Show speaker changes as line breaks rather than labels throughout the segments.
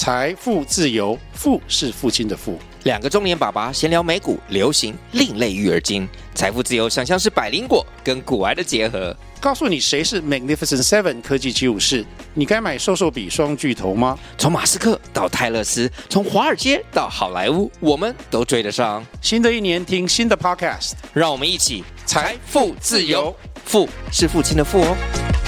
财富自由，富是父亲的富。
两个中年爸爸闲聊美股、流行、另类育儿经，财富自由想象是百灵果跟股癌的结合。
告诉你谁是 Magnificent Seven 科技75世，你该买瘦瘦比双巨头吗？
从马斯克到泰勒斯，从华尔街到好莱坞，我们都追得上。
新的一年听新的 Podcast，
让我们一起
财富自由，
富是父亲的富哦。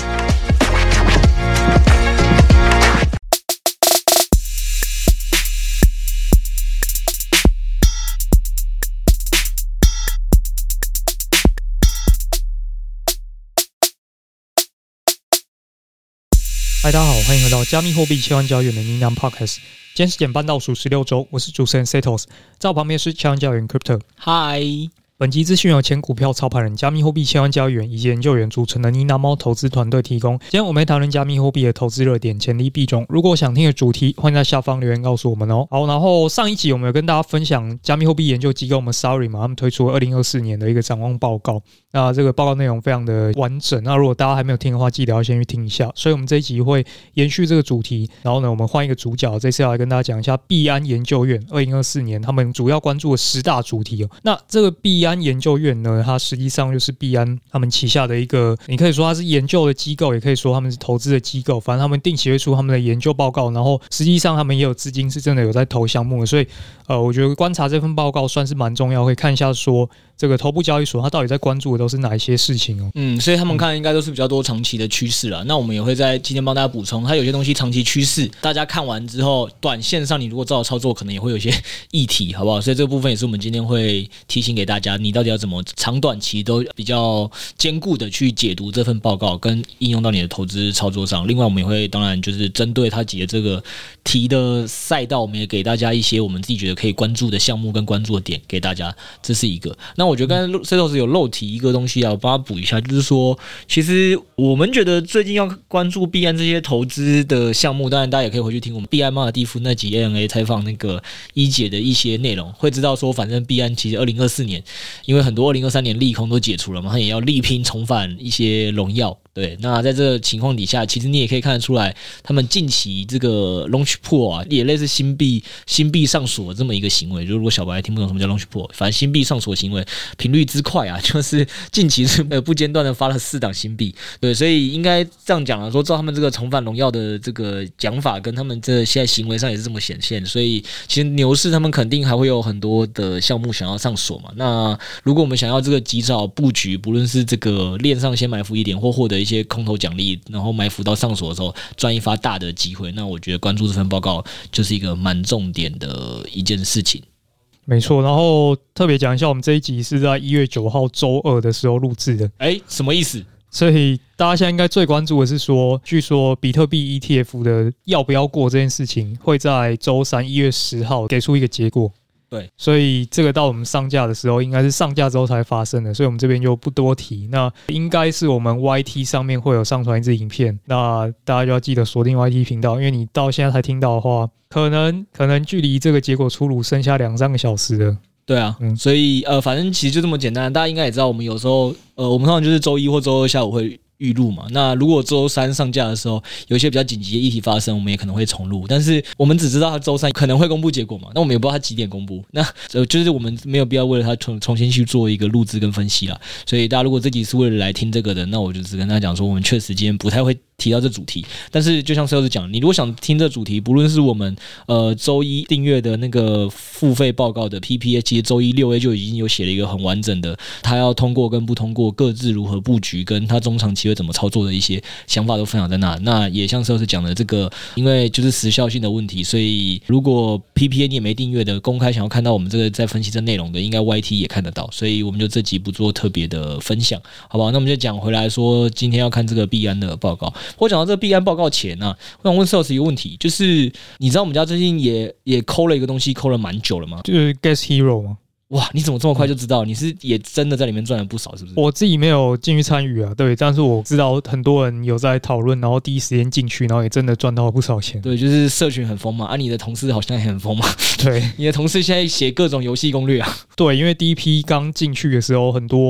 嗨，大家好，欢迎回到加密货币千万交易员的呢喃 Podcast。今天是减半倒数16周，我是主持人 Setos， 在我旁边是千万交易员 Crypto。
嗨，
本集资讯由前股票操盘人、加密货币千万交易员以及研究员组成的呢喃猫投资团队提供。今天我们谈论加密货币的投资热点、潜力币种。如果想听的主题，欢迎在下方留言告诉我们哦。好，然后上一集我们有跟大家分享加密货币研究机构 Messari 嘛，他们推出了2024年的一个展望报告。那这个报告内容非常的完整，那如果大家还没有听的话，记得要先去听一下。所以我们这一集会延续这个主题，然后呢，我们换一个主角，这次要来跟大家讲一下币安研究院2024年他们主要关注的10大主题哦。那这个币安研究院呢，它实际上就是币安他们旗下的一个，你可以说它是研究的机构，也可以说他们是投资的机构，反正他们定期会出他们的研究报告，然后实际上他们也有资金是真的有在投项目的，所以我觉得观察这份报告算是蛮重要，可以看一下说这个头部交易所它到底在关注的都是哪一些事情哦。
所以他们看应该都是比较多长期的趋势啦。那我们也会在今天帮大家补充，它有些东西长期趋势，大家看完之后，短线上你如果照着操作，可能也会有一些议题，好不好？所以这个部分也是我们今天会提醒给大家，你到底要怎么长短期都比较兼顾的去解读这份报告，跟应用到你的投资操作上。另外，我们也会当然就是针对它几个这个题的赛道，我们也给大家一些我们自己觉得可以关注的项目跟关注的点给大家，这是一个。那我觉得刚才 Setos 有漏提一个东西啊，我帮他补一下，就是说，其实我们觉得最近要关注币安这些投资的项目，当然大家也可以回去听我们币安马尔蒂夫那集 ANA 采访那个一姐的一些内容，会知道说，反正币安其实2024年，因为很多2023年利空都解除了嘛，他也要力拼重返一些荣耀。对，那在这个情况底下，其实你也可以看得出来，他们近期这个 launch pool 啊，也类似新币上锁这么一个行为。就如果小白听不懂什么叫 launch pool， 反正新币上锁行为频率之快啊，就是近期是不间断的发了4档新币。对，所以应该这样讲了，说照他们这个重返荣耀的这个讲法，跟他们这现在行为上也是这么显现。所以其实牛市他们肯定还会有很多的项目想要上锁嘛。那如果我们想要这个及早布局，不论是这个链上先埋伏一点，或获得一些空头奖励，然后埋伏到上锁的时候赚一发大的机会，那我觉得关注这份报告就是一个蛮重点的一件事情。
没错，然后特别讲一下，我们这一集是在1月9号周二的时候录制的。
什么意思？
所以大家现在应该最关注的是说，据说比特币 ETF 的要不要过这件事情，会在周三1月10号给出一个结果。
对，
所以这个到我们上架的时候，应该是上架之后才发生的，所以我们这边就不多提。那应该是我们 YT 上面会有上传一支影片，那大家就要记得锁定 YT 频道，因为你到现在才听到的话，可能距离这个结果出炉剩下2-3个小时了。
对啊，所以反正其实就这么简单，大家应该也知道，我们有时候我们通常就是周一或周二下午会预录嘛，那如果周三上架的时候有一些比较紧急的议题发生，我们也可能会重录，但是我们只知道他周三可能会公布结果嘛，那我们也不知道他几点公布，那就是我们没有必要为了他重新去做一个录制跟分析啦。所以大家如果这集是为了来听这个的，那我就只跟大家讲说，我们确实今天不太会提到这主题，但是就像 Sales 讲，你如果想听这主题，不论是我们周一订阅的那个付费报告的 PPA， 其实周一6A 就已经有写了一个很完整的，他要通过跟不通过各自如何布局，跟他中长期会怎么操作的一些想法都分享在那。那也像 Sales 讲的，这个因为就是时效性的问题，所以如果 PPA 你也没订阅的，公开想要看到我们这个在分析这内容的，应该 YT 也看得到，所以我们就这集不做特别的分享，好不好？那我们就讲回来说，今天要看这个币安的报告。我讲到这个币安报告前啊，我想问 Sales 一个问题，就是你知道我们家最近也抠了一个东西，抠了蛮久了吗？
就是 Gas Hero 吗？
哇，你怎么这么快就知道？你是也真的在里面赚了不少，是不是？
我自己没有进去参与啊，对，但是我知道很多人有在讨论，然后第一时间进去，然后也真的赚到了不少钱。
对，就是社群很疯嘛，啊，你的同事好像也很疯嘛。
对，
你的同事现在写各种游戏攻略啊。
对，因为第一批刚进去的时候，很多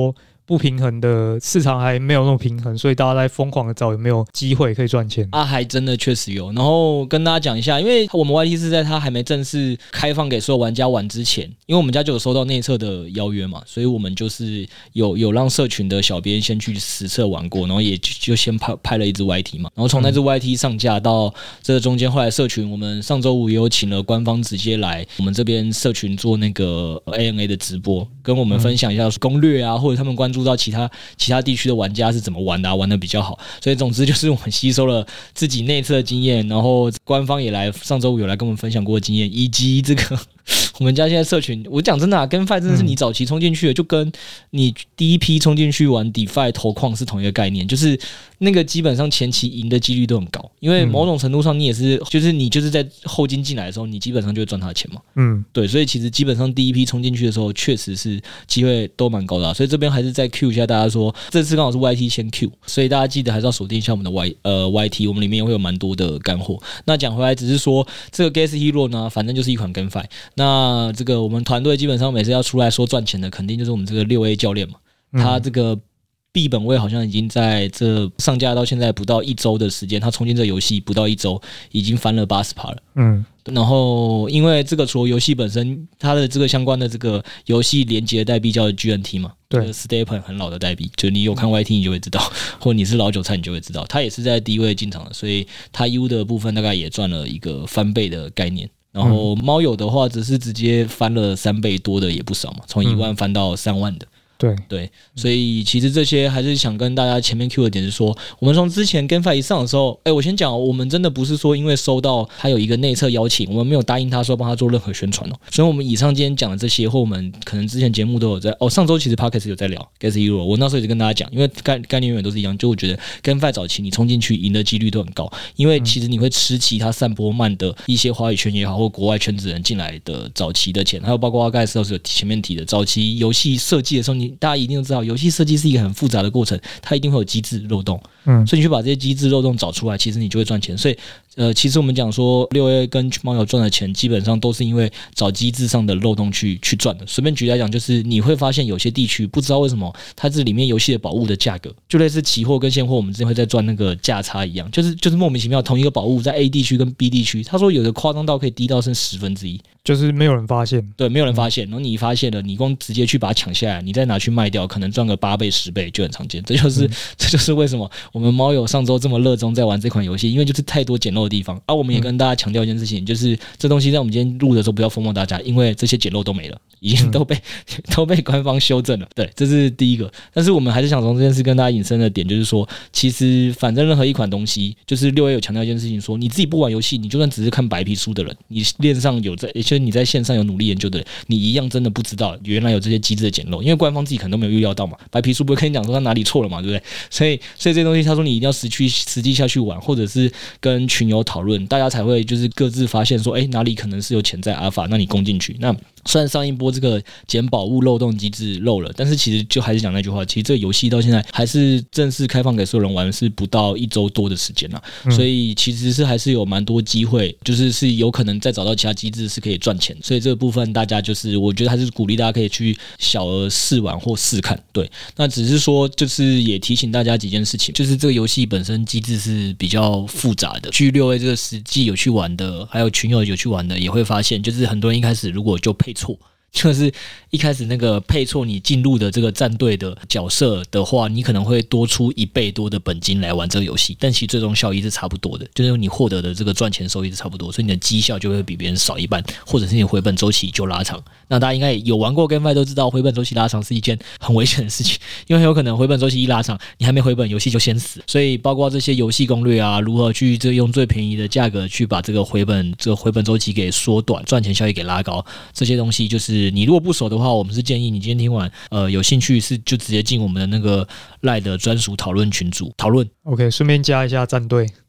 不平衡的市场还没有那么平衡，所以大家在疯狂的找有没有机会可以赚钱
啊，还真的确实有。然后跟大家讲一下，因为我们 YT 是在它还没正式开放给所有玩家玩之前，因为我们家就有收到内测的邀约嘛，所以我们就是有让社群的小编先去实测玩过，然后也就先拍了一支 YT 嘛，然后从那支 YT 上架到这个中间，后来社群我们上周五也有请了官方直接来我们这边社群做那个 ANA 的直播，跟我们分享一下攻略啊，或者他们关注到其他地区的玩家是怎么玩的玩的比较好。所以总之就是我们吸收了自己内测的经验，然后官方也来上周五有来跟我们分享过的经验，以及这个我们家现在社群，我讲真的GameFi 真的是你早期冲进去的，就跟你第一批冲进去玩 DeFi 投矿是同一个概念，就是那个基本上前期赢的几率都很高，因为某种程度上你也是，就是你就是在后金进来的时候，你基本上就会赚他的钱嘛。对，所以其实基本上第一批冲进去的时候，确实是机会都蛮高的所以这边还是再 Q 一下大家说，这次刚好是 YT 先 Q， 所以大家记得还是要锁定一下我们的YT， 我们里面也会有蛮多的干货。那讲回来，只是说这个 Gas Hero 呢，反正就是一款 GameFi。那这个我们团队基本上每次要出来说赚钱的，肯定就是我们这个6A 教练嘛，他这个币本位好像已经在这上架到现在不到1周的时间，他冲进这游戏不到1周，已经翻了 80% 了。然后因为这个除了游戏本身，它的这个相关的这个游戏连接的代币叫 GNT 嘛，对 ，Stephen 很老的代币，就你有看 YT 你就会知道，或者你是老韭菜你就会知道，他也是在第一位进场的，所以他 U 的部分大概也赚了一个翻倍的概念。然后猫友的话，只是直接翻了3倍多的也不少嘛，从1万翻到3万的。对，所以其实这些还是想跟大家前面 Q 的点是说，我们从之前 GameFi 一上的时候，我先讲我们真的不是说因为收到他有一个内测邀请，我们没有答应他说帮他做任何宣传所以我们以上今天讲的这些，或我们可能之前节目都有在上周其实 Podcast 有在聊 Gas Hero， 我那时候也跟大家讲，因为概念永远都是一样，就我觉得 GameFi 早期你冲进去赢的几率都很高，因为其实你会吃其他散播慢的一些华语圈也好，或国外圈子人进来的早期的钱，还有包括刚才有前面提的早期游戏设计的时候，大家一定都知道游戏设计是一个很复杂的过程，它一定会有机制漏洞，所以你去把这些机制漏洞找出来，其实你就会赚钱。所以其实我们讲说6A 跟猫友赚的钱，基本上都是因为找机制上的漏洞去赚的。随便举例来讲，就是你会发现有些地区不知道为什么它这里面游戏的宝物的价格，就类似期货跟现货，我们之前会在赚那个价差一样，就是莫名其妙同一个宝物在 A 地区跟 B 地区，他说有的夸张到可以低到剩1/10，
就是没有人发现。
对，没有人发现，然后你发现了，你光直接去把它抢下来，你再拿去卖掉，可能赚个8倍10倍就很常见。这就是为什么我们猫友上周这么热衷在玩这款游戏，因为就是太多捡漏的地方我们也跟大家强调一件事情，就是这东西在我们今天录的时候不要疯魔大家，因为这些捡漏都没了，已经都被官方修正了。对，这是第一个。但是我们还是想从这件事跟大家引申的点，就是说，其实反正任何一款东西，就是 6A 有强调一件事情说，你自己不玩游戏，你就算只是看白皮书的人，你链上有在，也就是你在线上有努力研究的人，你一样真的不知道原来有这些机制的捡漏，因为官方自己可能都没有预料到嘛。白皮书不会跟你讲说他哪里错了嘛，对不对？所以这些东西，他说你一定要实际下去玩，或者是跟群友讨论，大家才会就是各自发现说，哪里可能是有潜在阿尔法，那你攻进去。那虽然上一波这个捡宝物漏洞机制漏了，但是其实就还是讲那句话，其实这个游戏到现在还是正式开放给所有人玩，是不到1周多的时间啦。所以其实是还是有蛮多机会，就是有可能再找到其他机制是可以赚钱。所以这个部分大家就是我觉得还是鼓励大家可以去小额试玩或试看。对，那只是说就是也提醒大家几件事情，就是这个游戏本身机制是比较复杂的。据6A 这个实际有去玩的，还有群友有去玩的，也会发现，就是很多人一开始如果就配错，就是一开始那个配错你进入的这个战队的角色的话，你可能会多出1倍多的本金来玩这个游戏，但其实最终效益是差不多的，就是你获得的这个赚钱收益是差不多，所以你的绩效就会比别人少一半，或者是你回本周期就拉长。那大家应该有玩过 GameFi 都知道，回本周期拉长是一件很危险的事情，因为很有可能回本周期一拉长，你还没回本，游戏就先死。所以包括这些游戏攻略啊，如何去用最便宜的价格去把这个回本周期给缩短，赚钱效益给拉高，这些东西就是你如果不熟的话，我们是建议你今天听完，有兴趣是就直接进我们的那个 LINE 的专属讨论群组讨论。
OK， 顺便加一下战队。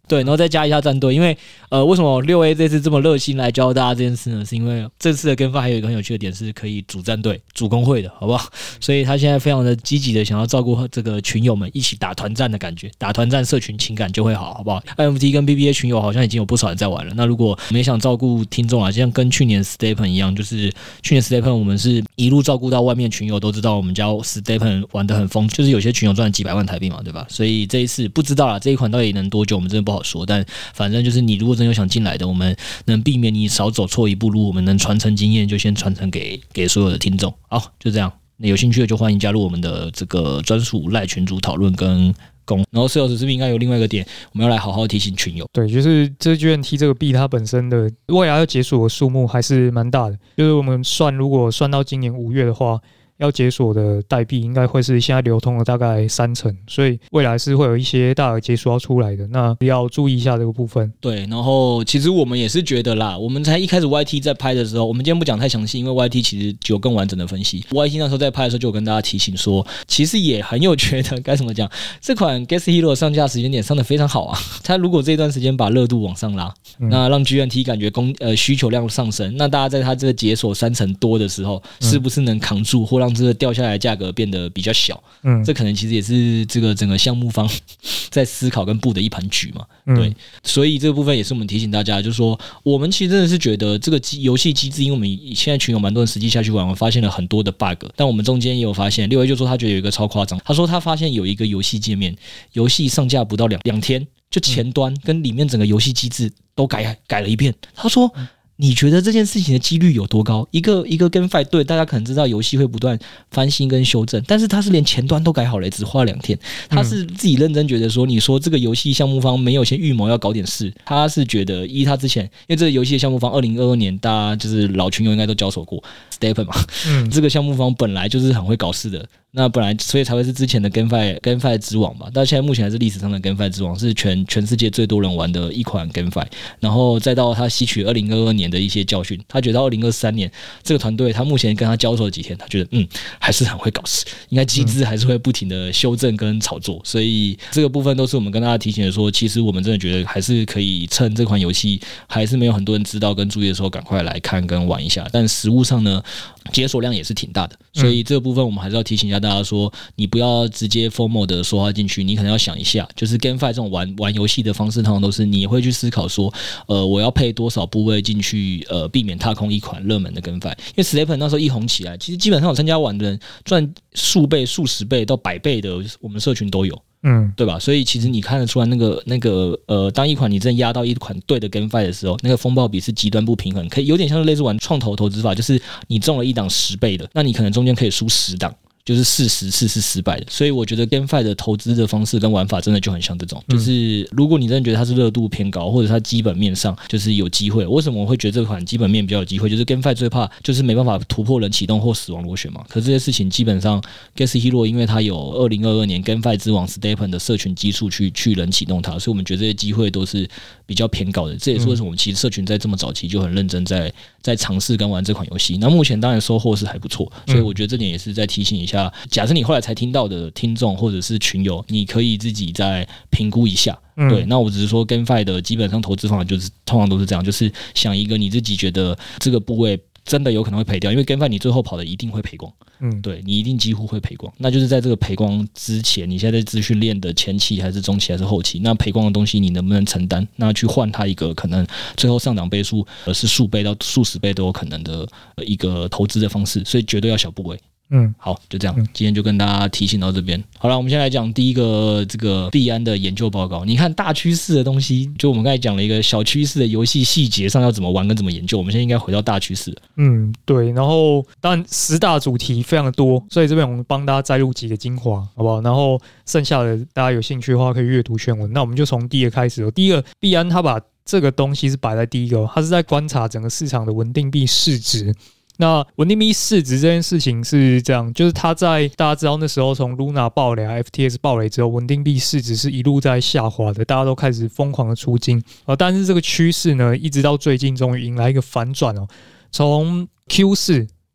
对，然后再加一下战队，因为为什么6A 这次这么热心来教大家这件事呢？是因为这次的跟发还有一个很有趣的点是可以组战队、组工会的，好不好？所以他现在非常的积极的想要照顾这个群友们一起打团战的感觉，打团战社群情感就会好，好不好 ？NFT 跟 BBA 群友好像已经有不少人在玩了。那如果我们也想照顾听众啊，就像跟去年 Stepen 一样，就是去年 Stepen 我们是一路照顾到外面群友都知道我们家 Stepen 玩得很疯，就是有些群友赚了几百万台币嘛，对吧？所以这一次不知道啦，这一款到底能多久，我们真的不好说。但反正就是你如果真有想进来的，我们能避免你少走错一步路，我们能传承经验就先传承给所有的听众。好，就这样。那有兴趣的就欢迎加入我们的这个专属赖群组讨论跟攻。然后Sales这边应该有另外一个点，我们要来好好提醒群友。
对，就是这 GNT 这个币它本身的未来要解锁的数目还是蛮大的，就是我们如果算到今年5月的话，要解锁的代币应该会是现在流通的大概30%，所以未来是会有一些大额解锁要出来的，那要注意一下这个部分。
对，然后其实我们也是觉得啦，我们才一开始 YT 在拍的时候，我们今天不讲太详细，因为 YT 其实就有更完整的分析。YT 那时候在拍的时候就有跟大家提醒说，其实也很有觉得该怎么讲，这款 Gas Hero 上架时间点上的非常好啊，它如果这段时间把热度往上拉，那让 GNT 感觉需求量上升，那大家在它这个解锁30%多的时候，是不是能扛住或让这个掉下来的价格变得比较小？这可能其实也是这个整个项目方在思考跟布的一盘局嘛。对，所以这个部分也是我们提醒大家，就是说我们其实真的是觉得这个游戏机制，因为我们现在群友蛮多人实际下去玩，我们发现了很多的 bug， 但我们中间也有发现，6A就说他觉得有一个超夸张，他说他发现有一个游戏界面，游戏上架不到两天，就前端跟里面整个游戏机制都改了一遍。他说你觉得这件事情的几率有多高？一个 GameFi 对，大家可能知道游戏会不断翻新跟修正，但是他是连前端都改好了，只花了2天。他是自己认真觉得说，你说这个游戏项目方没有先预谋要搞点事，他是觉得他之前，因为这个游戏的项目方2022年大家就是老群友应该都交手过 Stepen 嘛，这个项目方本来就是很会搞事的。那本来所以才会是之前的 GameFi 之王吧，但现在目前还是历史上的 GameFi 之王，是全世界最多人玩的一款 GameFi。然后再到他吸取2022年的一些教训，他觉得到2023年这个团队，他目前跟他交手几天，他觉得还是很会搞事，应该机制还是会不停的修正跟炒作。所以这个部分都是我们跟大家提醒的说，其实我们真的觉得还是可以趁这款游戏还是没有很多人知道跟注意的时候，赶快来看跟玩一下。但实物上呢，解锁量也是挺大的，所以这个部分我们还是要提醒一下大家说，你不要直接 FOMO 的说话进去，你可能要想一下，就是 GameFi 这种玩游戏的方式，通常都是你会去思考说，我要配多少部位进去，避免踏空一款热门的 GameFi。因为 Stepen 那时候一红起来，其实基本上有参加玩的人赚数倍、数十倍到100倍的，我们社群都有。对吧？所以其实你看得出来，当一款你真的压到一款对的 GameFi 的时候，那个风暴比是极端不平衡，可以有点像是类似玩创投投资法，就是你中了一档10倍的，那你可能中间可以输10档。就是40次是失败的，所以我觉得 GameFi 的投资的方式跟玩法真的就很像这种，就是如果你真的觉得它是热度偏高，或者它基本面上就是有机会，为什么我会觉得这款基本面比较有机会？就是 GameFi 最怕就是没办法突破人启动或死亡螺旋嘛。可是这些事情基本上 Gas Hero 因为它有2022年 GameFi 之王 Stepen 的社群基数去人启动它，所以我们觉得这些机会都是比较偏高的。这也是为什么我们其实社群在这么早期就很认真在尝试跟玩这款游戏。那目前当然收获是还不错，所以我觉得这点也是在提醒一下。假设你后来才听到的听众或者是群友，你可以自己再评估一下。对，那我只是说 GameFi 的基本上投资方法就是通常都是这样，就是想一个你自己觉得这个部位真的有可能会赔掉，因为 GameFi 你最后跑的一定会赔光。对，你一定几乎会赔光。那就是在这个赔光之前，你现在在资讯链的前期还是中期还是后期，那赔光的东西你能不能承担？那去换它一个可能最后上涨倍数是数倍到数十倍都有可能的一个投资的方式，所以绝对要小部位。好，就这样，今天就跟大家提醒到这边。好了，我们先来讲第一个这个币安的研究报告。你看大趋势的东西，就我们刚才讲了一个小趋势的游戏细节上要怎么玩跟怎么研究，我们现在应该回到大趋势了。
对，然后当然10大主题非常的多，所以这边我们帮大家摘录几个精华，好不好？然后剩下的大家有兴趣的话可以阅读全文。那我们就从第一个开始。第一个，币安它把这个东西是摆在第一个，它是在观察整个市场的稳定币市值。那稳定币市值这件事情是这样，就是它在大家知道那时候从 Luna 爆雷FTX 爆雷之后，稳定币市值是一路在下滑的，大家都开始疯狂的出金。但是这个趋势呢，一直到最近终于迎来一个反转哦。从 Q4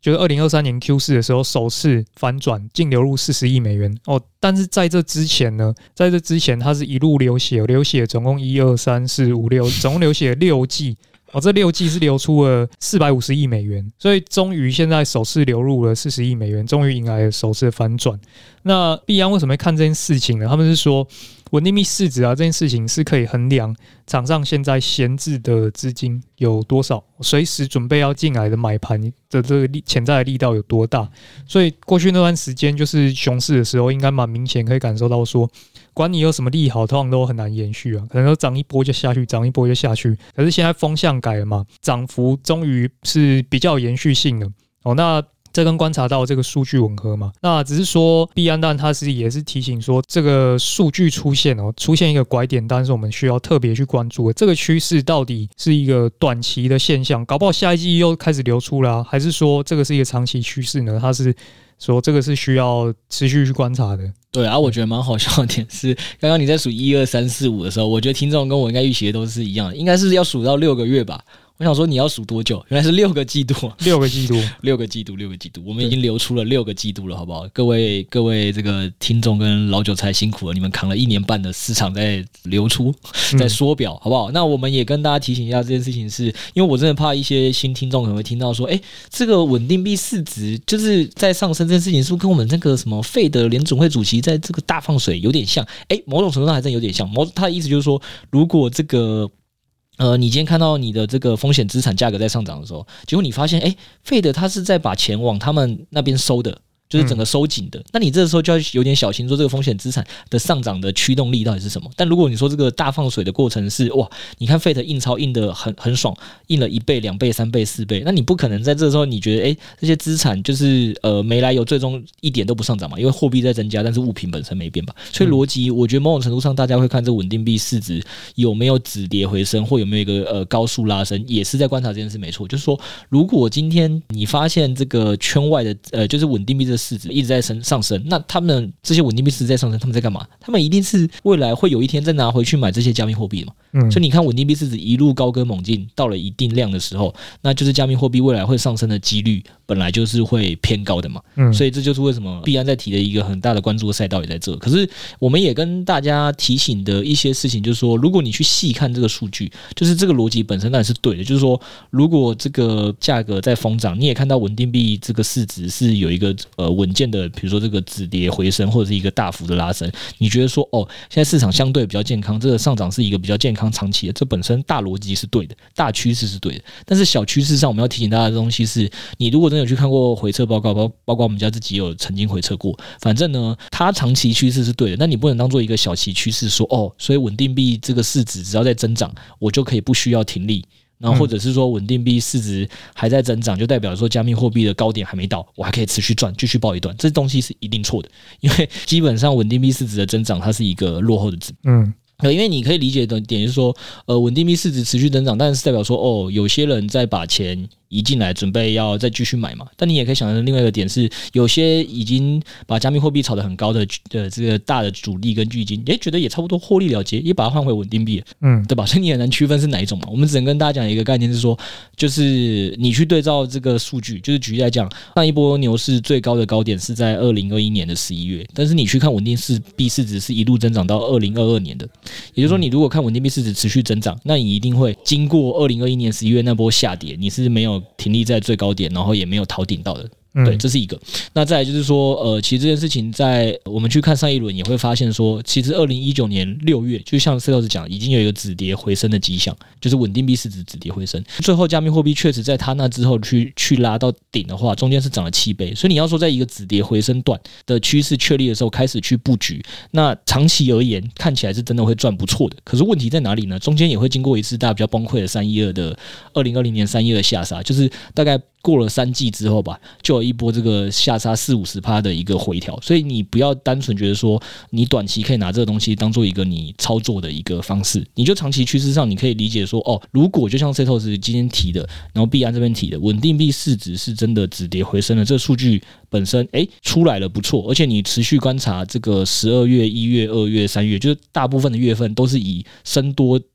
就是2023年 Q4 的时候首次反转，净流入40亿美元哦。但是在这之前呢，它是一路流血，总共1、2、3、4、5、6，总共流血6季。这6季是流出了450亿美元，所以终于现在首次流入了40亿美元，终于迎来了首次的反转。那币安为什么会看这件事情呢？他们是说稳定币市值这件事情是可以衡量场上现在闲置的资金有多少，随时准备要进来的买盘的这个潜在的力道有多大。所以过去那段时间就是熊市的时候，应该蛮明显可以感受到说，管你有什么利好，通常都很难延续可能都涨一波就下去，涨一波就下去。可是现在风向改了嘛，涨幅终于是比较有延续性的那这跟观察到这个数据吻合嘛？那只是说币安当然它也是提醒说，这个数据出现一个拐点，但是我们需要特别去关注的这个趋势到底是一个短期的现象，搞不好下一季又开始流出啦，还是说这个是一个长期趋势呢？它是说这个是需要持续去观察的。
对啊，我觉得蛮好笑的点是，刚刚你在数1、2、3、4、5的时候，我觉得听众跟我应该预期的都是一样的，应该是要数到6个月吧。我想说你要数多久？原来是6个季度，6个季度，我们已经流出了6个季度了，好不好？各位这个听众跟老韭菜辛苦了，你们扛了1年半的市场在流出，在缩表，好不好？那我们也跟大家提醒一下这件事情是，因为我真的怕一些新听众可能会听到说，这个稳定币市值就是在上升这件事情，是不是跟我们那个什么费德联准会主席在这个大放水有点像？某种程度上还真有点像。他的意思就是说，如果这个你今天看到你的这个风险资产价格在上涨的时候，结果你发现费德他是在把钱往他们那边收的，就是整个收紧的，那你这个时候就要有点小心，说这个风险资产的上涨的驱动力到底是什么？但如果你说这个大放水的过程是哇，你看费德印钞印得很爽，印了1倍、2倍、3倍、4倍，那你不可能在这个时候你觉得这些资产就是没来由最终一点都不上涨嘛，因为货币在增加，但是物品本身没变吧，所以逻辑我觉得某种程度上大家会看这稳定币市值有没有止跌回升，或有没有一个高速拉升，也是在观察这件事没错。就是说，如果今天你发现这个圈外的就是稳定币这市值一直在上升，那他们这些稳定币市值在上升，他们在干嘛？他们一定是未来会有一天再拿回去买这些加密货币的嘛。所以你看稳定币市值一路高歌猛进，到了一定量的时候，那就是加密货币未来会上升的几率本来就是会偏高的嘛。所以这就是为什么币安在提的一个很大的关注的赛道也在这。可是我们也跟大家提醒的一些事情，就是说，如果你去细看这个数据，就是这个逻辑本身当然是对的，就是说，如果这个价格在疯涨，你也看到稳定币这个市值是有一个稳健的，比如说这个止跌回升或者是一个大幅的拉升，你觉得说现在市场相对比较健康，这个上涨是一个比较健康长期的，这本身大逻辑是对的，大趋势是对的。但是小趋势上我们要提醒大家的东西是，你如果真的有去看过回测报告，包括我们家自己有曾经回测过，反正呢它长期趋势是对的，那你不能当做一个小期趋势说所以稳定币这个市值只要在增长，我就可以不需要停利。然后或者是说稳定币市值还在增长，就代表说加密货币的高点还没到，我还可以持续赚，继续抱一段，这东西是一定错的，因为基本上稳定币市值的增长它是一个落后的值。因为你可以理解的点是说，稳定币市值持续增长，但是代表说有些人在把钱移进来，准备要再继续买嘛。但你也可以想象另外一个点是，有些已经把加密货币炒得很高的这个大的主力跟巨金，觉得也差不多获利了结，也把它换回稳定币了，对吧？所以你很难区分是哪一种嘛。我们只能跟大家讲一个概念是说，就是你去对照这个数据，就是举例来讲，上一波牛市最高的高点是在2021年的11月，但是你去看稳定币市值是一路增长到2022年的，也就是说，你如果看稳定币市值持续增长，那你一定会经过2021年11月那波下跌，你是没有停利在最高点，然后也没有逃顶到的。对，这是一个。那再来就是说，其实这件事情在我们去看上一轮也会发现说，其实2019年6月，就像 C 老师讲，已经有一个止跌回升的迹象，就是稳定币市值止跌回升。最后加密货币确实在它那之后去拉到顶的话，中间是涨了7倍。所以你要说在一个止跌回升段的趋势确立的时候开始去布局，那长期而言看起来是真的会赚不错的。可是问题在哪里呢？中间也会经过一次大家比较崩溃的312的2020年312的下杀，就是大概过了3季之后吧，就有一波这个下杀40-50%的一个回调，所以你不要单纯觉得说你短期可以拿这个东西当做一个你操作的一个方式，你就长期趋势上你可以理解说，如果就像 Setos 今天提的，然后币安这边提的，稳定币市值是真的止跌回升的，这个数据本身出来了不错，而且你持续观察这个12月、1月、2月、3月，就是大部分的月份都是以升多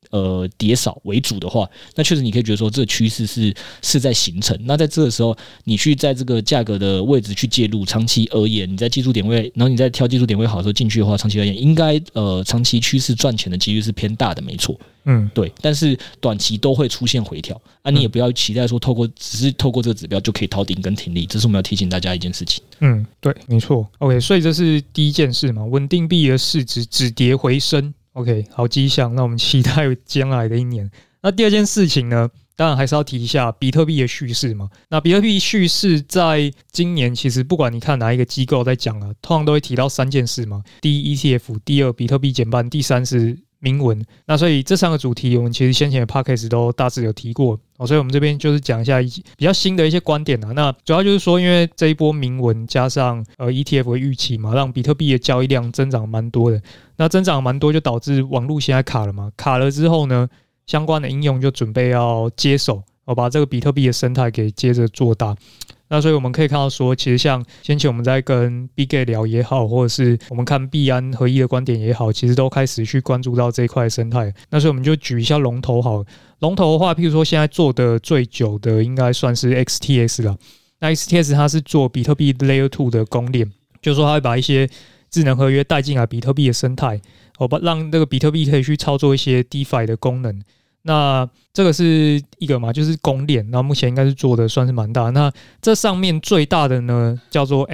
跌少为主的话，那确实你可以觉得说这个趋势是在形成。那在这个时候，你去在这个价格的位置去介入，长期而言，你在技术点位，然后你在挑技术点位好的时候进去的话，长期而言，应该长期趋势赚钱的几率是偏大的，没错。对，但是短期都会出现回调啊，你也不要期待说只是透过这个指标就可以逃顶跟停利，这是我们要提醒大家一件事情。
对，没错。OK， 所以这是第一件事嘛，稳定币的市值止跌回升。OK， 好迹象，那我们期待将来的一年。那第二件事情呢，当然还是要提一下比特币的叙事嘛。那比特币叙事在今年其实不管你看哪一个机构在讲啊，通常都会提到3件事嘛。第一 ETF， 第二比特币减半，第三是铭文。那所以这3个主题我们其实先前的 podcast 都大致有提过，所以我们这边就是讲一下比较新的一些观点啊。那主要就是说，因为这一波铭文加上ETF 的预期嘛，让比特币的交易量增长蛮多的。那增长蛮多就导致网络现在卡了嘛，卡了之后呢，相关的应用就准备要接手，把这个比特币的生态给接着做大。那所以我们可以看到说，其实像先前我们在跟 BigGate 聊也好，或者是我们看币安合一的观点也好，其实都开始去关注到这一块生态。那所以我们就举一下龙头好了，龙头的话，譬如说现在做的最久的应该算是 XTS 啦。那 XTS 它是做比特币 Layer 2的公链，就是说它会把一些智能合约带进来比特币的生态，让这个比特币可以去操作一些 DeFi 的功能。那这个是一个嘛，就是公链，然后目前应该是做的算是蛮大。那这上面最大的呢叫做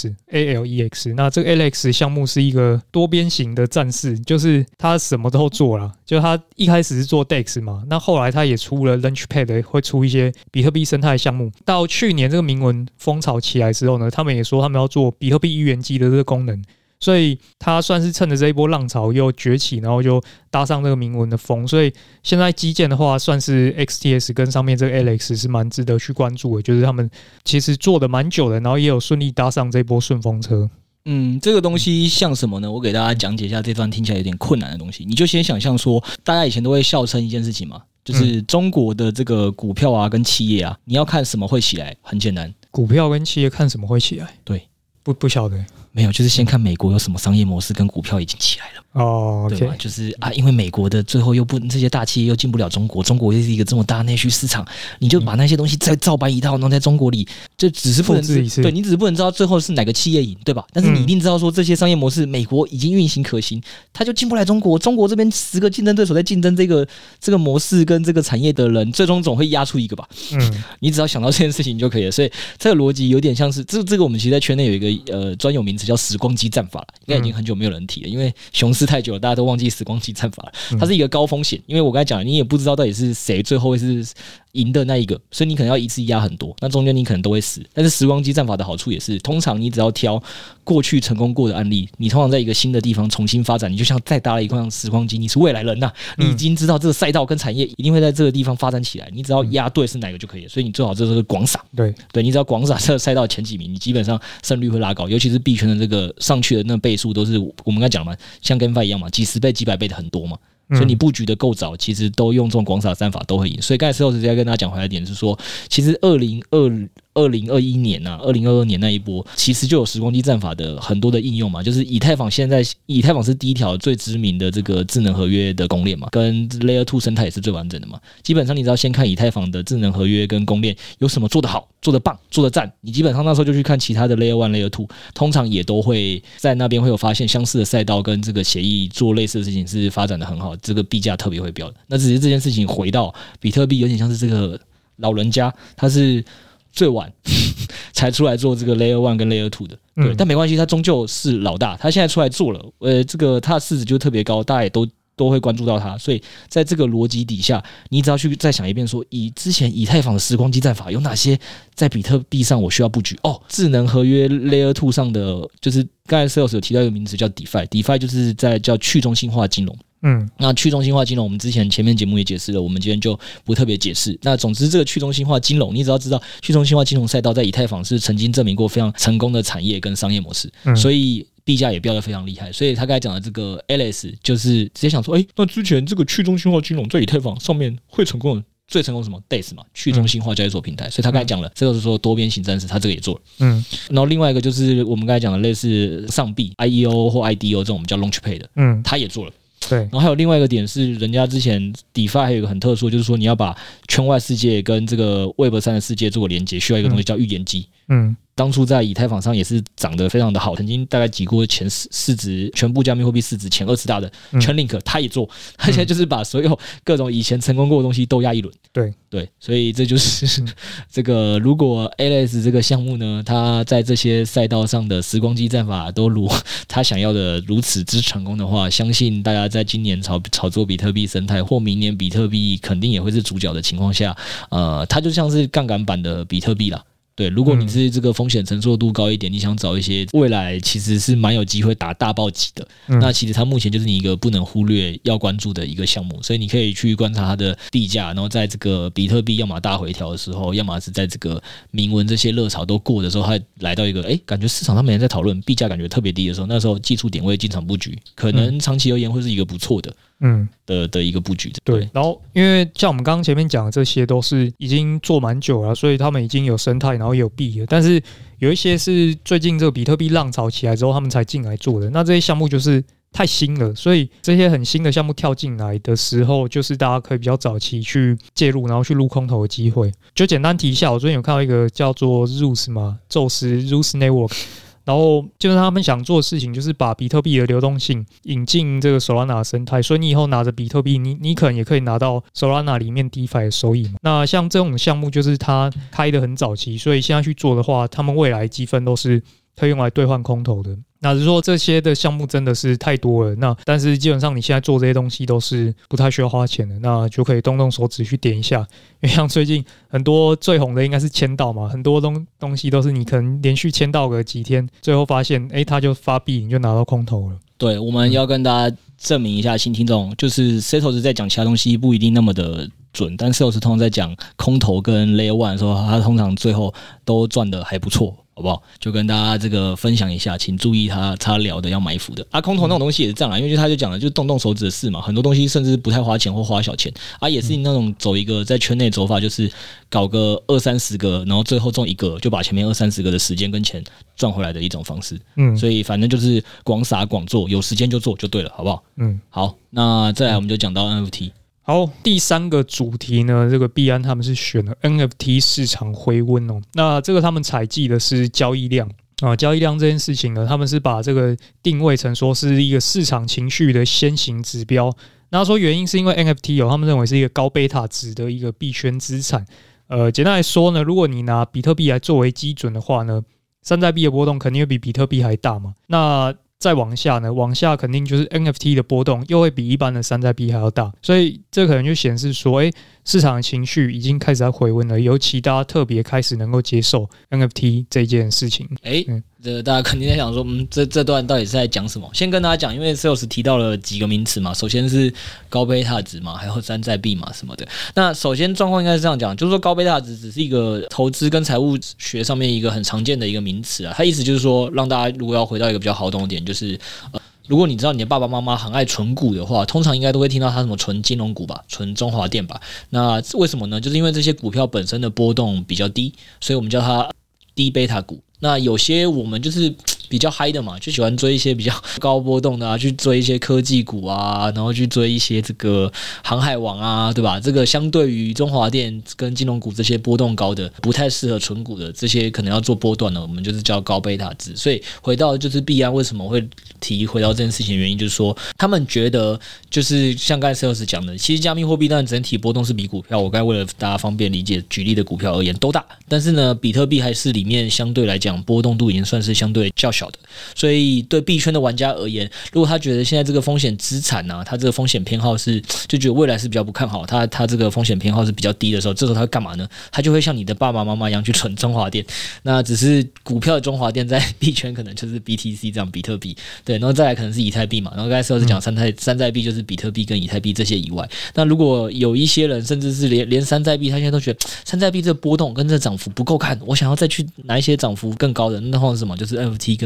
ALEX， 那这个 ALEX 项目是一个多边形的战士，就是他什么都做啦，就他一开始是做 DEX 嘛，那后来他也出了 Launchpad， 会出一些比特币生态项目。到去年这个铭文风潮起来之后呢，他们也说他们要做比特币预言机的这个功能。所以他算是趁着这一波浪潮又崛起，然后就搭上这个铭文的风。所以现在基建的话，算是 XTS 跟上面这个 Alex 是蛮值得去关注的，就是他们其实做的蛮久的，然后也有顺利搭上这一波顺风车。
这个东西像什么呢？我给大家讲解一下这段听起来有点困难的东西。你就先想象说，大家以前都会笑称一件事情嘛，就是中国的这个股票啊跟企业啊，你要看什么会起来，很简单，
股票跟企业看什么会起来？
对，
不晓得。
没有，就是先看美国有什么商业模式跟股票已经起来了。对吧？就是因为美国的最后又不这些大企业又进不了中国，中国又是一个这么大内需市场，你就把那些东西再照搬一套，然后在中国里就只是不能对你只是不能知道最后是哪个企业赢，对吧？但是你一定知道说这些商业模式美国已经运行可行，它就进不来中国，中国这边10个竞争对手在竞争这个模式跟这个产业的人，最终总会压出一个吧。你只要想到这件事情就可以了。所以这个逻辑有点像是这个我们其实在圈内有一个专有名词叫时光机战法了，应该已经很久没有人提了，因为熊市太久了，大家都忘记时光机战法了。它是一个高风险，因为我刚才讲了，你也不知道到底是谁最后会是赢的那一个，所以你可能要一次压很多，那中间你可能都会死。但是时光机战法的好处也是，通常你只要挑过去成功过的案例，你通常在一个新的地方重新发展，你就像再搭了一辆时光机，你是未来人呐，你已经知道这个赛道跟产业一定会在这个地方发展起来，你只要压对是哪个就可以了。所以你最好这是广撒，对，你只要广撒这个赛道前几名，你基本上胜率会拉高，尤其是币圈的这个上去的那个倍数都是我们刚才讲嘛，像跟 GameFi 一样嘛，几十倍、几百倍的很多嘛。所以你布局的够早，其实都用这种广撒战法都会赢。所以刚才石头直接跟大家讲回来一点是说，其实2021年啊，2022年那一波，其实就有时光机战法的很多的应用嘛，就是以太坊是第一条最知名的这个智能合约的公链嘛，跟 Layer 2生态也是最完整的嘛。基本上你只要先看以太坊的智能合约跟公链有什么做得好、做得棒、做得赞，你基本上那时候就去看其他的 Layer 1、Layer 2，通常也都会在那边会有发现相似的赛道跟这个协议做类似的事情是发展的很好，这个币价特别会飙的。那只是这件事情回到比特币，有点像是这个老人家，他是最晚才出来做这个 Layer 1跟 Layer 2的，对，但没关系，他终究是老大，他现在出来做了，这个他的市值就特别高，大家也都会关注到他，所以在这个逻辑底下，你只要去再想一遍说，之前以太坊的时光机战法有哪些在比特币上我需要布局？智能合约 Layer 2上的，就是刚才 Sales 有提到一个名词叫 DeFi 就是叫去中心化金融。那去中心化金融，我们之前前面节目也解释了，我们今天就不特别解释。那总之，这个去中心化金融，你只要知道去中心化金融赛道在以太坊是曾经证明过非常成功的产业跟商业模式，所以币价也飙得非常厉害。所以他刚才讲的这个 Alice 就是直接想说，那之前这个去中心化金融在以太坊上面会成功的。最成功什么 DEX 嘛，去中心化交易所平台，所以他刚才讲了，这个是说多边形战士，他这个也做了。然后另外一个就是我们刚才讲的类似上币 IEO 或 IDO 这种我们叫 Launchpad 的，他也做了。
对，
然后还有另外一个点是，人家之前 DeFi 还有一个很特殊，就是说你要把圈外世界跟这个 Web3 的世界做个连接，需要一个东西叫预言机。当初在以太坊上也是涨得非常的好，曾经大概挤过前市值全部加密货币市值前20大的 Chainlink，他也做，他现在就是把所有各种以前成功过的东西都压一轮。对，所以这就是这个，如果 ALEX 这个项目呢，它在这些赛道上的时光机战法都如他想要的如此之成功的话，相信大家在今年炒作比特币生态，或明年比特币肯定也会是主角的情况下，它就像是杠杆版的比特币啦。对，如果你是这个风险承受度高一点，你想找一些未来其实是蛮有机会打大暴击的，那其实它目前就是你一个不能忽略要关注的一个项目，所以你可以去观察它的币价，然后在这个比特币要么大回调的时候，要么是在这个铭文这些热潮都过的时候，它来到一个感觉市场上没人在讨论，币价感觉特别低的时候，那时候技术点位进场布局，可能长期而言会是一个不错的。的一个布局。
对，然后因为像我们刚刚前面讲的这些都是已经做蛮久了，所以他们已经有生态，然后也有币了。但是有一些是最近这个比特币浪潮起来之后，他们才进来做的。那这些项目就是太新了，所以这些很新的项目跳进来的时候，就是大家可以比较早期去介入，然后去撸空头的机会。就简单提一下，我最近有看到一个叫做 Zeus 嘛，宙斯 Zeus Network。然后就是他们想做的事情，就是把比特币的流动性引进这个 Solana 生态，所以你以后拿着比特币，你可能也可以拿到 Solana 里面 DeFi 的收益嘛。那像这种项目，就是它开得很早期，所以现在去做的话，他们未来积分都是可以用来兑换空头的。那只是说这些的项目真的是太多了，那但是基本上你现在做这些东西都是不太需要花钱的，那就可以动手指去点一下。因为像最近很多最红的应该是签到嘛，很多东西都是你可能连续签到个几天，最后发现他就发币，你就拿到空头了。
对，我们要跟大家证明一下新听众，就是 Setos 在讲其他东西不一定那么的准，但 Setos 通常在讲空头跟 Layer 1的时候，他通常最后都赚得还不错。好不好？就跟大家这个分享一下，请注意他聊的要埋伏的空头那种东西也是这样啦，因为他就讲了，就是动手指的事嘛，很多东西甚至不太花钱或花小钱也是那种走一个在圈内走法，就是搞个20-30个，然后最后中一个就把前面20-30个的时间跟钱赚回来的一种方式。所以反正就是广撒广做，有时间就做就对了，好不好？好，那再来我们就讲到 NFT。
好，第三个主题呢，这个币安他们是选了 NFT 市场回温哦。那这个他们采集的是交易量交易量这件事情呢，他们是把这个定位成说是一个市场情绪的先行指标。那说原因是因为 NFT 他们认为是一个高贝塔值的一个币圈资产。简单来说呢，如果你拿比特币来作为基准的话呢，山寨币的波动肯定会比比特币还大嘛。那再往下呢，往下肯定就是 NFT 的波动又会比一般的山寨币还要大，所以这可能就显示说，市场的情绪已经开始在回温了，尤其大家特别开始能够接受 NFT 这件事情。
这大家肯定在想说，这段到底是在讲什么？先跟大家讲，因为 Sales 提到了几个名词嘛，首先是高贝塔值嘛，还有山寨币嘛什么的。那首先状况应该是这样讲，就是说高贝塔值只是一个投资跟财务学上面一个很常见的一个名词它意思就是说，让大家如果要回到一个比较好懂的点，就是如果你知道你的爸爸妈妈很爱存股的话，通常应该都会听到他什么存金融股吧，存中华电吧。那为什么呢？就是因为这些股票本身的波动比较低，所以我们叫它低贝塔股。那有些我们就是比较嗨的嘛，就喜欢追一些比较高波动的去追一些科技股然后去追一些这个航海王对吧？这个相对于中华电跟金融股这些波动高的，不太适合存股的，这些可能要做波段的，我们就是叫高贝塔值。所以回到就是币安为什么会提回到这件事情的原因，就是说他们觉得就是像刚才 Sales 讲的，其实加密货币当然整体波动是比股票，我刚才为了大家方便理解举例的股票而言都大，但是呢，比特币还是里面相对来讲波动度已经算是相对较小的，所以对币圈的玩家而言，如果他觉得现在这个风险资产他这个风险偏好是就觉得未来是比较不看好，他这个风险偏好是比较低的时候，这时候他会干嘛呢？他就会像你的爸爸妈妈一样去存中华电，那只是股票的中华电在币圈可能就是 BTC 这样比特币，对，然后再来可能是以太币嘛，然后刚才是讲山寨币就是比特币跟以太币这些以外，那如果有一些人甚至是连山寨币，他现在都觉得山寨币这波动跟这涨幅不够看，我想要再去拿一些涨幅更高的，那通常是什么？就是 NFT 跟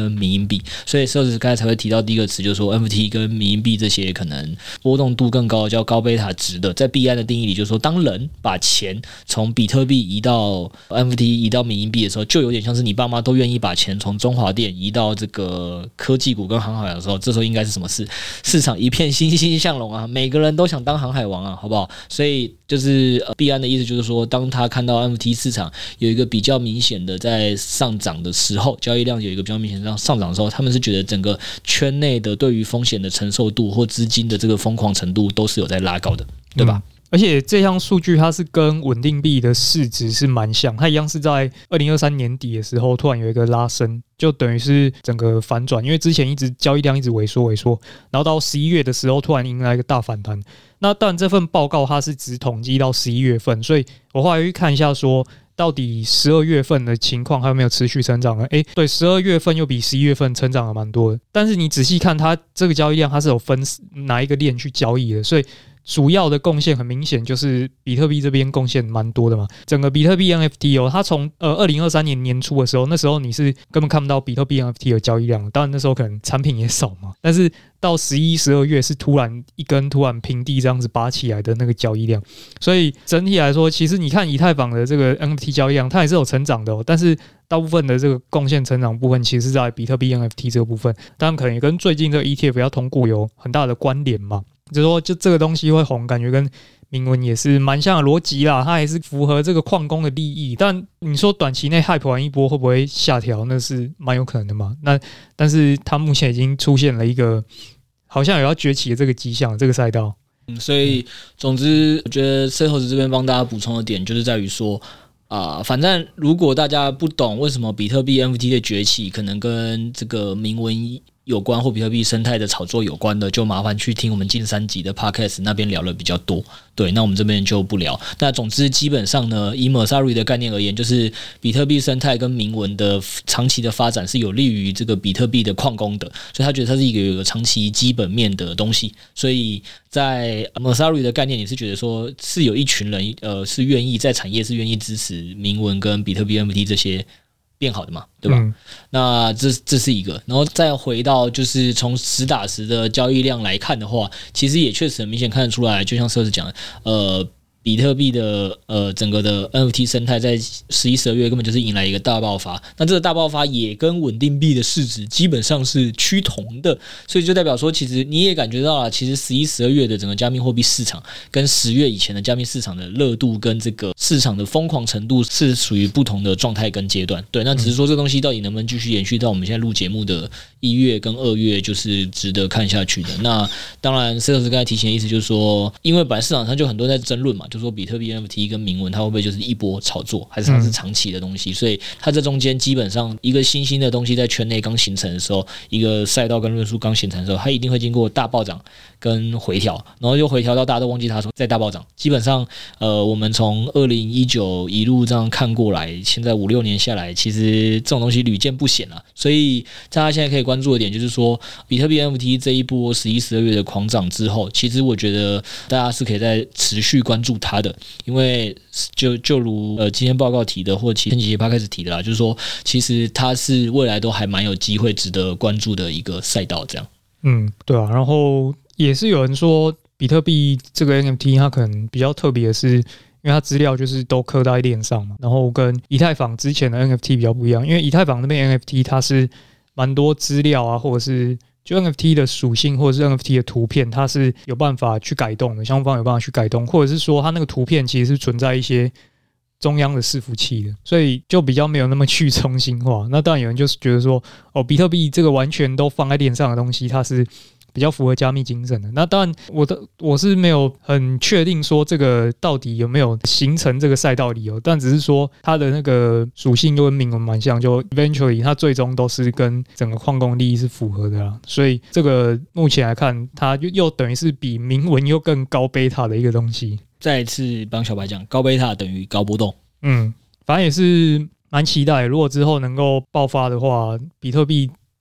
跟民营币，所以 Sales 刚才才会提到第一个词，就是说 NFT 跟民营币这些可能波动度更高的叫高贝塔值的，在币安的定义里，就是说当人把钱从比特币移到 NFT 移到民营币的时候，就有点像是你爸妈都愿意把钱从中华电移到这个科技股跟航海的时候，这时候应该是什么事？市场一片欣欣向荣啊，每个人都想当航海王啊，好不好？所以就是币安的意思就是说，当他看到 NFT 市场有一个比较明显的在上涨的时候，交易量有一个比较明显的上涨的时候，他们是觉得整个圈内的对于风险的承受度或资金的这个疯狂程度都是有在拉高的，对吧？
而且这项数据它是跟稳定币的市值是蛮像，它一样是在2023年底的时候突然有一个拉升，就等于是整个反转，因为之前交易量一直萎缩，然后到11月的时候突然迎来一个大反弹。那当然这份报告它是只统计到11月份，所以我后来去看一下说到底12月份的情况还有没有持续成长呢？对，12月份又比11月份成长了蛮多的，但是你仔细看它这个交易量它是有分哪一个链去交易的，所以主要的贡献很明显就是比特币这边贡献蛮多的嘛。整个比特币 NFT 它从2023年年初的时候，那时候你是根本看不到比特币 NFT 的交易量，当然那时候可能产品也少嘛，但是到11、12月是突然平地这样子拔起来的那个交易量，所以整体来说，其实你看以太坊的这个 NFT 交易量，它也是有成长的哦，但是大部分的这个贡献成长部分其实是在比特币 NFT 这个部分，当然可能也跟最近这个 ETF 要通过有很大的关联嘛。就是说，就这个东西会红，感觉跟铭文也是蛮像的逻辑啦，它也是符合这个矿工的利益。但你说短期内 hype 完一波会不会下调，那是蛮有可能的嘛。但是它目前已经出现了一个好像有要崛起的这个迹象，这个赛道。
所以总之，我觉得 Setos 这边帮大家补充的点就是在于说。反正如果大家不懂为什么比特币 NFT 的崛起可能跟这个铭文有关或比特币生态的炒作有关的，就麻烦去听我们近3集的 Podcast， 那边聊了比较多。对，那我们这边就不聊。那总之基本上呢，以 Messari 的概念而言，就是比特币生态跟铭文的长期的发展是有利于这个比特币的矿工的，所以他觉得它是一个有长期基本面的东西。所以在 Messari 的概念，你是觉得说是有一群人是愿意在产业是愿意支持铭文跟比特币 NFT 这些变好的嘛，对吧？那这是一个，然后再回到就是从实打实的交易量来看的话，其实也确实很明显看得出来，就像Sales讲的，比特币的整个的 NFT 生态在11、12月根本就是迎来一个大爆发，那这个大爆发也跟稳定币的市值基本上是趋同的，所以就代表说，其实你也感觉到了，其实11、12月的整个加密货币市场跟10月以前的加密市场的热度跟这个市场的疯狂程度是属于不同的状态跟阶段。对，那只是说这东西到底能不能继续延续到我们现在录节目的1月跟2月，就是值得看下去的。那当然 ，Sales 刚才提醒的意思就是说，因为本来市场上就很多人在争论嘛。就说比特币 NFT 跟铭文它会不会就是一波炒作，还是它是长期的东西？所以它这中间基本上一个新兴的东西在圈内刚形成的时候，一个赛道跟论述刚形成的时候，它一定会经过大暴涨跟回调，然后又回调到大家都忘记它的时候再大暴涨。基本上我们从2019一路这样看过来，现在5、6年下来，其实这种东西屡见不鲜了。所以大家现在可以关注的点就是说，比特币 NFT 这一波11、12月的狂涨之后，其实我觉得大家是可以再持续关注它的。因为就如今天报告提的，或前几节 podcast 提的啦，就是说，其实它是未来都还蛮有机会值得关注的一个赛道，这样。
对啊，然后也是有人说，比特币这个 NFT 它可能比较特别的是，因为它资料就是都刻在链上嘛，然后跟以太坊之前的 NFT 比较不一样，因为以太坊那边 NFT 它是蛮多资料啊，或者是就 NFT 的属性或者是 NFT 的图片，它是有办法去改动的，相方有办法去改动，或者是说它那个图片其实是存在一些中央的伺服器的，所以就比较没有那么去中心化。那当然有人就是觉得说，比特币这个完全都放在链上的东西，它是比较符合加密精神的。那当然我是没有很确定说这个到底有没有形成这个赛道理由，但只是说它的那个属性就跟铭文蛮像，就 eventually 它最终都是跟整个矿工利益是符合的啦。所以这个目前来看，它又等于是比铭文又更高贝塔的一个东西。
再一次帮小白讲，高贝塔等于高波动。
反正也是蛮期待，如果之后能够爆发的话，比特币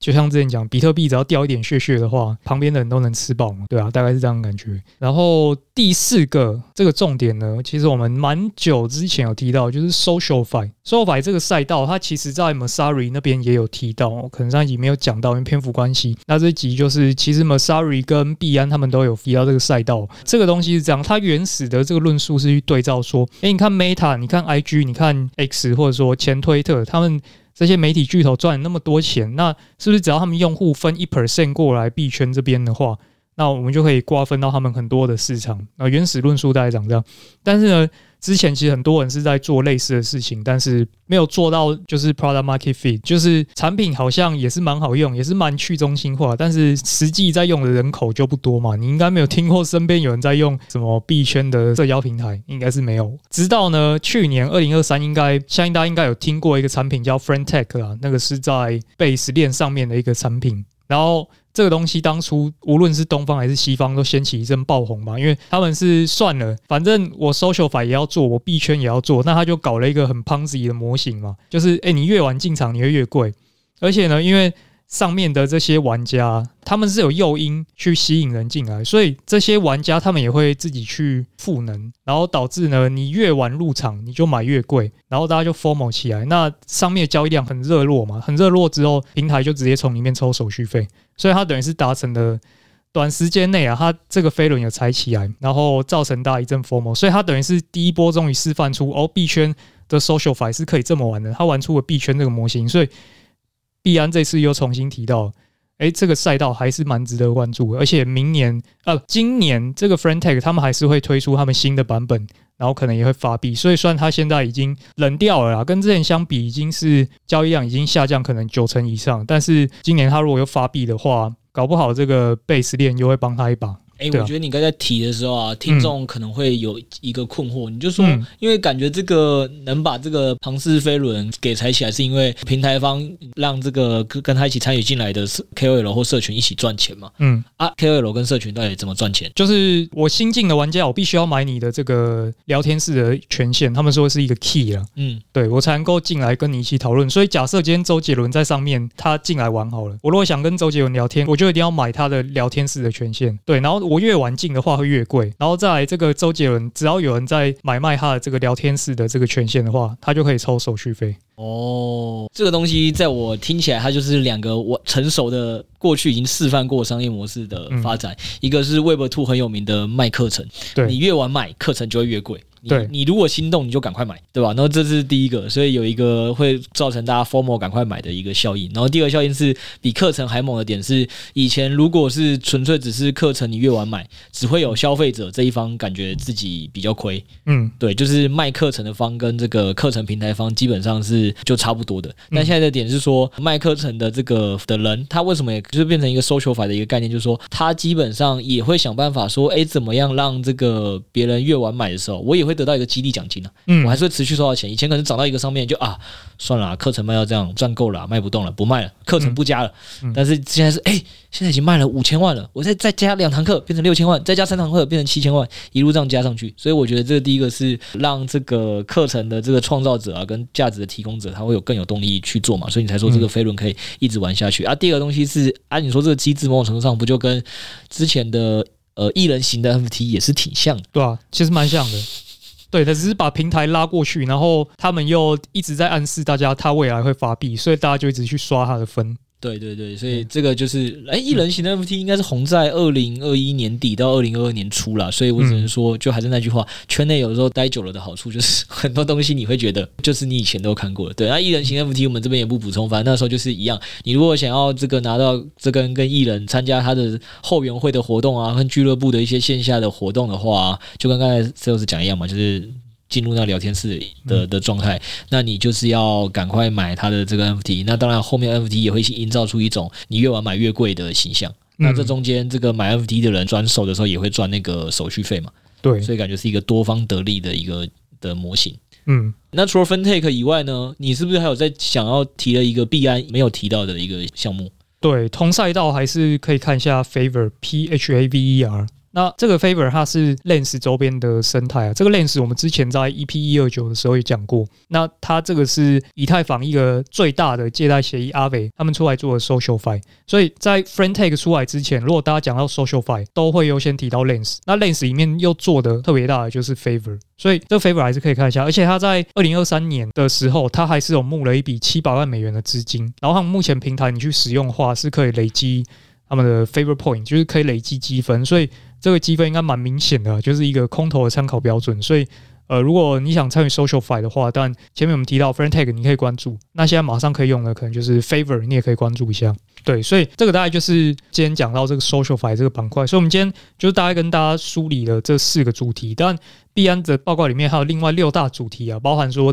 就像之前讲，比特币只要掉一点血血的话，旁边的人都能吃饱嘛，对啊，大概是这样的感觉。然后第4个这个重点呢，其实我们蛮久之前有提到，就是 SocialFi 这个赛道，它其实在 Messari 那边也有提到，可能上一集没有讲到，因为篇幅关系。那这一集就是其实 Messari 跟币安他们都有提到这个赛道。这个东西是这样，它原始的这个论述是去对照说，你看 Meta， 你看 IG， 你看 X， 或者说前推特，他们这些媒体巨头赚了那么多钱，那是不是只要他们用户分 1% 过来币圈这边的话，那我们就可以瓜分到他们很多的市场？原始论述大概长这样。但是呢，之前其实很多人是在做类似的事情，但是没有做到就是 product market fit， 就是产品好像也是蛮好用，也是蛮去中心化，但是实际在用的人口就不多嘛。你应该没有听过身边有人在用什么币圈的社交平台，应该是没有。直到呢去年2023，相信大家应该有听过一个产品叫 Friendtech 啦，那个是在 Base 链上面的一个产品，然后这个东西当初无论是东方还是西方都掀起一阵爆红嘛，因为他们是算了，反正我 SocialFi 也要做，我币圈也要做，那他就搞了一个很 Ponzi 的模型嘛，就是你越晚进场你会越贵，而且呢，因为上面的这些玩家他们是有诱因去吸引人进来，所以这些玩家他们也会自己去赋能，然后导致呢你越晚入场你就买越贵，然后大家就 FOMO 起来，那上面的交易量很热络嘛，很热络之后平台就直接从里面抽手续费，所以它等于是达成了短时间内它这个飞轮有踩起来，然后造成大家一阵 FOMO， 所以它等于是第一波终于示范出币圈的 SocialFi 是可以这么玩的，它玩出了币圈这个模型，所以币安这次又重新提到，这个赛道还是蛮值得关注的，而且今年这个 Friendtech 他们还是会推出他们新的版本，然后可能也会发币，所以虽然它现在已经冷掉了啦，跟之前相比已经是交易量已经下降可能90%以上，但是今年它如果又发币的话，搞不好这个 Base 链又会帮他一把。
我觉得你刚才提的时候啊，听众可能会有一个困惑，你就说，因为感觉这个能把这个庞氏飞轮给踩起来，是因为平台方让这个跟他一起参与进来的 KOL 或社群一起赚钱嘛？KOL 跟社群到底怎么赚钱？就是
我新进的玩家，我必须要买你的这个聊天室的权限，他们说是一个 key 啦，对我才能够进来跟你一起讨论。所以假设今天周杰伦在上面，他进来玩好了，我如果想跟周杰伦聊天，我就一定要买他的聊天室的权限，对，然后我越晚进的话会越贵，然后再来这个周杰伦，只要有人在买卖他的这个聊天室的这个权限的话，他就可以抽手续费。
这个东西在我听起来，它就是2个我成熟的过去已经示范过商业模式的发展，一个是 Web2 很有名的卖课程，对，你越晚买课程就会越贵。你如果心动，你就赶快买，对吧？然后这是第一个，所以有一个会造成大家 FOMO 赶快买的一个效应。然后第二个效应是比课程还猛的点是，以前如果是纯粹只是课程，你越晚买，只会有消费者这一方感觉自己比较亏。对，就是卖课程的方跟这个课程平台方基本上是就差不多的。但现在的点是说，卖课程的这个的人，他为什么也就是变成一个 SocialFi 的一个概念，就是说他基本上也会想办法说，怎么样让这个别人越晚买的时候，我也会得到一个激励奖金我还是会持续收到钱。以前可能涨到一个上面就算了课程卖到这样赚够了卖不动了，不卖了，课程不加了。但是现在是现在已经卖了5000万了，我再加2堂课变成6000万，再加3堂课变成7000万，一路这样加上去。所以我觉得这个第一个是让这个课程的这个创造者跟价值的提供者，他会更有动力去做嘛，所以你才说这个飞轮可以一直玩下去第二个东西是你说这个机制某种程度上不就跟之前的艺人型的 NFT 也是挺像的，
对啊，其实蛮像的。对，他只是把平台拉过去，然后他们又一直在暗示大家他未来会发币，所以大家就一直去刷他的分。
对对对，所以这个就是艺人型的 NFT 应该是红在2021年底到2022年初啦，所以我只能说就还是那句话，圈内有的时候待久了的好处就是很多东西你会觉得就是你以前都看过了。对，艺人型 NFT 我们这边也不补充，反正那时候就是一样，你如果想要这个拿到这个跟艺人参加他的后援会的活动跟俱乐部的一些线下的活动的话就跟刚才 Sales 讲一样嘛，就是进入那聊天室的状态，那你就是要赶快买他的这个 NFT。那当然，后面 NFT 也会营造出一种你越晚买越贵的形象。那这中间这个买 NFT 的人转手的时候也会赚那个手续费嘛？对，所以感觉是一个多方得利的一个的模型。那除了 Friendtech 以外呢，你是不是还有在想要提了一个币安没有提到的一个项目？
对，同赛道还是可以看一下 Favor PHAVER。 那这个 Favor 它是 Lens 周边的生态啊，这个 Lens 我们之前在 EP129 的时候也讲过。那它这个是以太坊一个最大的借贷协议 Aave 他们出来做的 SocialFi， 所以在 Friendtake 出来之前，如果大家讲到 SocialFi 都会优先提到 Lens， 那 Lens 里面又做的特别大的就是 Favor， 所以这个 Favor 还是可以看一下。而且它在2023年的时候，它还是有募了一笔700万美元的资金，然后他们目前平台你去使用的话是可以累积他们的 Favor Point， 就是可以累积积分，所以这个积分应该蛮明显的，就是一个空投的参考标准。所以如果你想参与 SocialFi 的话，但前面我们提到 Friendtake 你可以关注，那现在马上可以用的可能就是 Favor， 你也可以关注一下。对，所以这个大概就是今天讲到这个 SocialFi 这个板块。所以我们今天就是大概跟大家梳理了这4个主题，但币安的报告里面还有另外6大主题啊，包含说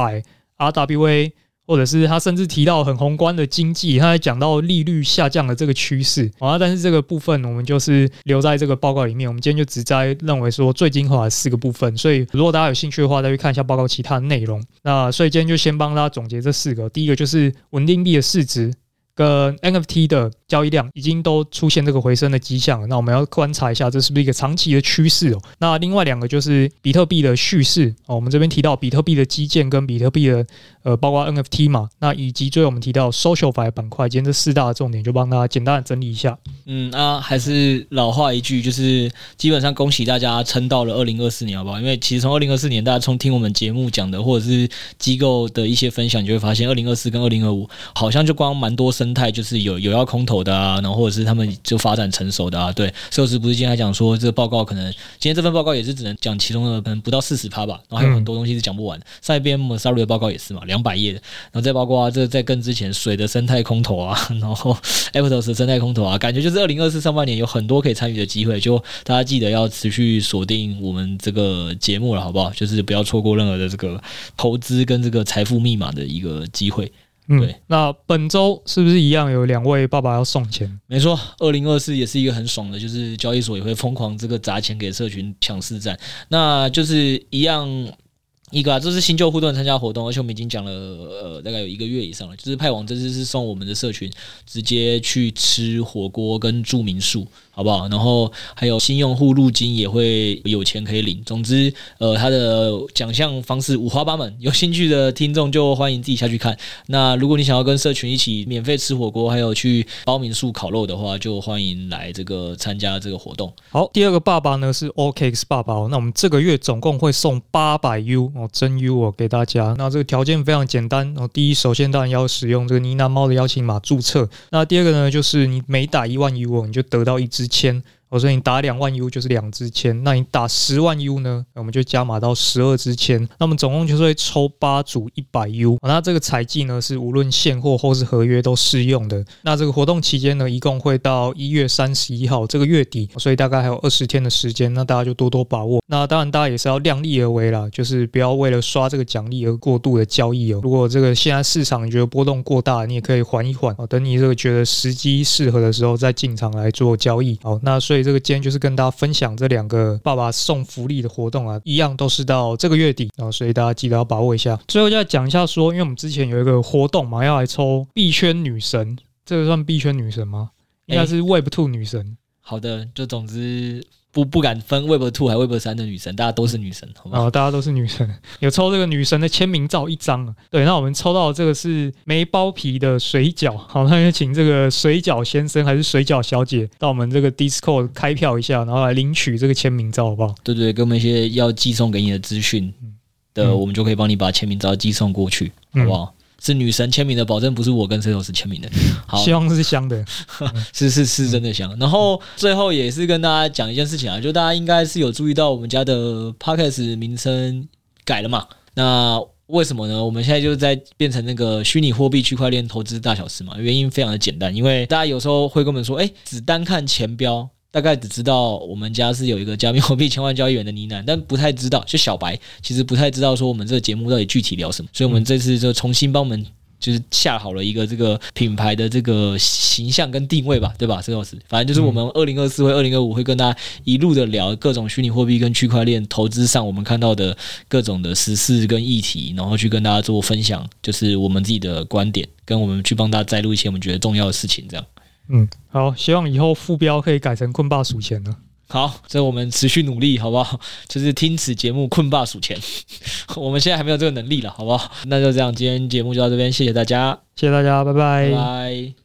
DeFi、RWA，或者是他甚至提到很宏观的经济，他还讲到利率下降的这个趋势啊，但是这个部分我们就是留在这个报告里面，我们今天就只在认为说最精华的4个部分，所以如果大家有兴趣的话，再去看一下报告其他的内容。那所以今天就先帮大家总结这4个，第一个就是稳定币的市值跟 NFT 的交易量已经都出现这个回升的迹象了，那我们要观察一下这是不是一个长期的趋势哦。那另外2个就是比特币的叙事哦，我们这边提到比特币的基建跟比特币的包括 NFT 嘛，那以及最后我们提到 SocialFi 板块，今天这4大的重点就帮大家简单的整理一下。
还是老话一句，就是基本上恭喜大家撑到了2024年，好不好？因为其实从2024年大家从听我们节目讲的，或者是机构的一些分享，你就会发现2024跟2025好像就光蛮多生态，就是有要空投的啊，然后或者是他们就发展成熟的啊。对，所以我不是今天还讲说这个报告可能今天这份报告也是只能讲其中的可能不到 40% 吧，然后还有很多东西是讲不完。上一边 Messari 的报告也是嘛，200页的，然后再包括这在更之前水的生态空投啊，然后 Aptos 的生态空投啊，感觉就是2024上半年有很多可以参与的机会，就大家记得要持续锁定我们这个节目了，好不好？就是不要错过任何的这个投资跟这个财富密码的一个机会。对，
那本周是不是一样有2位爸爸要送钱？
没错，2024也是一个很爽的，就是交易所也会疯狂这个砸钱给社群抢市占，那就是一样。一个这是新旧互动参加活动，而且我们已经讲了大概有1个月以上了。就是派网这次是送我们的社群直接去吃火锅跟住民宿，好不好？然后还有新用户入金也会有钱可以领。总之它的奖项方式五花八门，有兴趣的听众就欢迎自己下去看。那如果你想要跟社群一起免费吃火锅，还有去包民宿烤肉的话，就欢迎来这个参加这个活动。
好，第2个爸爸呢是 OKX 爸爸那我们这个月总共会送800U真 U 给大家。那这个条件非常简单第一，首先当然要使用这个呢喃猫的邀请码注册。那第2个呢，就是你每打1万 U 你就得到1支签。所以你打2万 U 就是2支签，那你打10万 U 呢，我们就加码到12支签。那我们总共就是会抽8组100 U。那这个采季呢是无论现货或是合约都适用的。那这个活动期间呢，一共会到1月31号这个月底，所以大概还有20天的时间，那大家就多多把握。那当然大家也是要量力而为啦，就是不要为了刷这个奖励而过度的交易如果这个现在市场你觉得波动过大，你也可以缓一缓等你这个觉得时机适合的时候再进场来做交易。好，那所以这个今天就是跟大家分享这2个爸爸送福利的活动一样都是到这个月底所以大家记得要把握一下。最后再讲一下说，因为我们之前有一个活动嘛，要来抽币圈女神，这个算币圈女神吗？应该是 Web2 女神。
好的，就总之不敢分 Web2 还 Web3 的女神，大家都是女神，好吗？
大家都是女神。有抽这个女神的签名照1张对，那我们抽到的这个是没包皮的水饺，好，那就请这个水饺先生还是水饺小姐到我们这个 Discord 开票一下，然后来领取这个签名照，好不好？
对对，给我们一些要寄送给你的资讯的，我们就可以帮你把签名照寄送过去，好不好？是女神签名的，保证不是我跟 Setos 签名的。好，
希望是香的，
是真的香。然后最后也是跟大家讲一件事情就大家应该是有注意到我们家的 Podcast 名称改了嘛？那为什么呢？我们现在就在变成那个虚拟货币区块链投资大小事嘛。原因非常的简单，因为大家有时候会跟我们说，只单看前标。大概只知道我们家是有一个加密货币千万交易员的呢喃，但不太知道，就小白其实不太知道说我们这个节目到底具体聊什么，所以我们这次就重新帮我们就是下好了一个这个品牌的这个形象跟定位吧，对吧？反正就是我们2024或2025会跟大家一路的聊各种虚拟货币跟区块链投资上我们看到的各种的时事跟议题，然后去跟大家做分享，就是我们自己的观点，跟我们去帮大家摘录一些我们觉得重要的事情，这样。
好，希望以后副标可以改成棍爸数钱了。
好，这我们持续努力，好不好？就是听此节目困霸数钱，我们现在还没有这个能力了，好不好？那就这样，今天节目就到这边，谢谢大家，
谢谢大家，拜拜。
拜拜。